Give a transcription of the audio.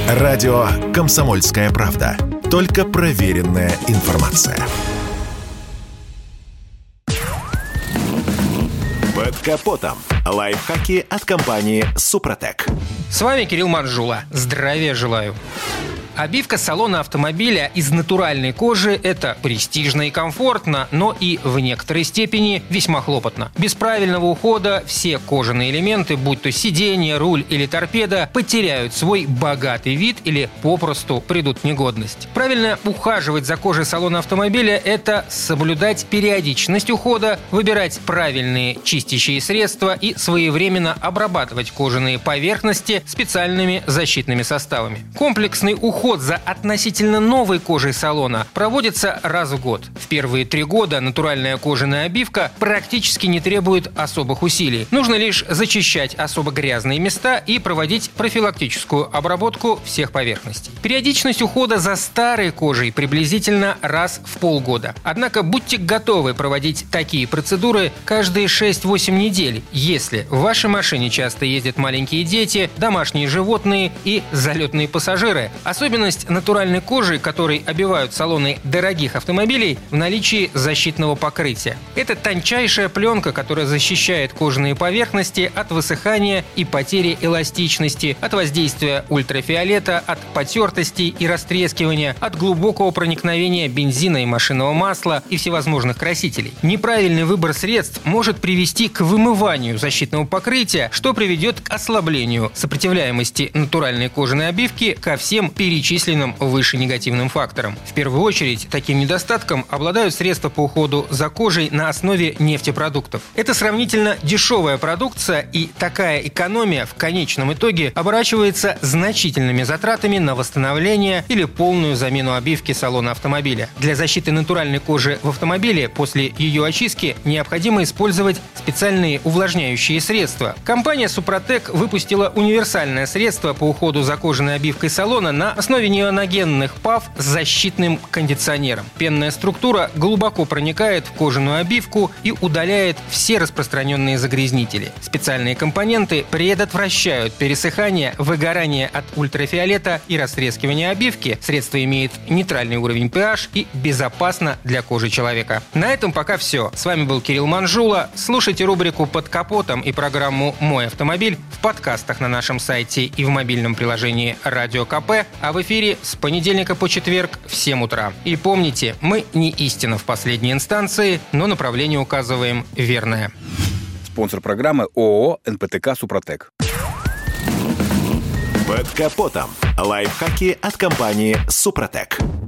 Радио «Комсомольская правда». Только проверенная информация. Под капотом. Лайфхаки от компании «Супротек». С вами Кирилл Манжула. Здравия желаю. Обивка салона автомобиля из натуральной кожи – это престижно и комфортно, но и в некоторой степени весьма хлопотно. Без правильного ухода все кожаные элементы, будь то сиденье, руль или торпеда, потеряют свой богатый вид или попросту придут в негодность. Правильно ухаживать за кожей салона автомобиля – это соблюдать периодичность ухода, выбирать правильные чистящие средства и своевременно обрабатывать кожаные поверхности специальными защитными составами. Комплексный уход за относительно новой кожей салона проводится раз в год. В первые 3 года натуральная кожаная обивка практически не требует особых усилий. Нужно лишь зачищать особо грязные места и проводить профилактическую обработку всех поверхностей. Периодичность ухода за старой кожей приблизительно раз в полгода. Однако будьте готовы проводить такие процедуры каждые 6-8 недель, если в вашей машине часто ездят маленькие дети, домашние животные и залетные пассажиры. Особенность натуральной кожи, которой обивают салоны дорогих автомобилей, в наличии защитного покрытия. Это тончайшая пленка, которая защищает кожаные поверхности от высыхания и потери эластичности, от воздействия ультрафиолета, от потертостей и растрескивания, от глубокого проникновения бензина и машинного масла и всевозможных красителей. Неправильный выбор средств может привести к вымыванию защитного покрытия, что приведет к ослаблению сопротивляемости натуральной кожаной обивки ко всем перечисленным выше негативным факторам. В первую очередь, таким недостатком обладают средства по уходу за кожей на основе нефтепродуктов. Это сравнительно дешевая продукция, и такая экономия в конечном итоге оборачивается значительными затратами на восстановление или полную замену обивки салона автомобиля. Для защиты натуральной кожи в автомобиле после ее очистки необходимо использовать специальные увлажняющие средства. Компания «Супротек» выпустила универсальное средство по уходу за кожаной обивкой салона на основе неоногенных ПАВ с защитным кондиционером. Пенная структура глубоко проникает в кожаную обивку и удаляет все распространенные загрязнители. Специальные компоненты предотвращают пересыхание, выгорание от ультрафиолета и растрескивание обивки. Средство имеет нейтральный уровень pH и безопасно для кожи человека. На этом пока все. С вами был Кирилл Манжула. Слушайте рубрику «Под капотом» и программу «Мой автомобиль» в подкастах на нашем сайте и в мобильном приложении «Радио КП», а в эфире с понедельника по четверг в 7 утра. И помните, мы не истина в последней инстанции, но направление указываем верное. Спонсор программы ООО «НПТК Супротек». Под капотом. Лайфхаки от компании «Супротек».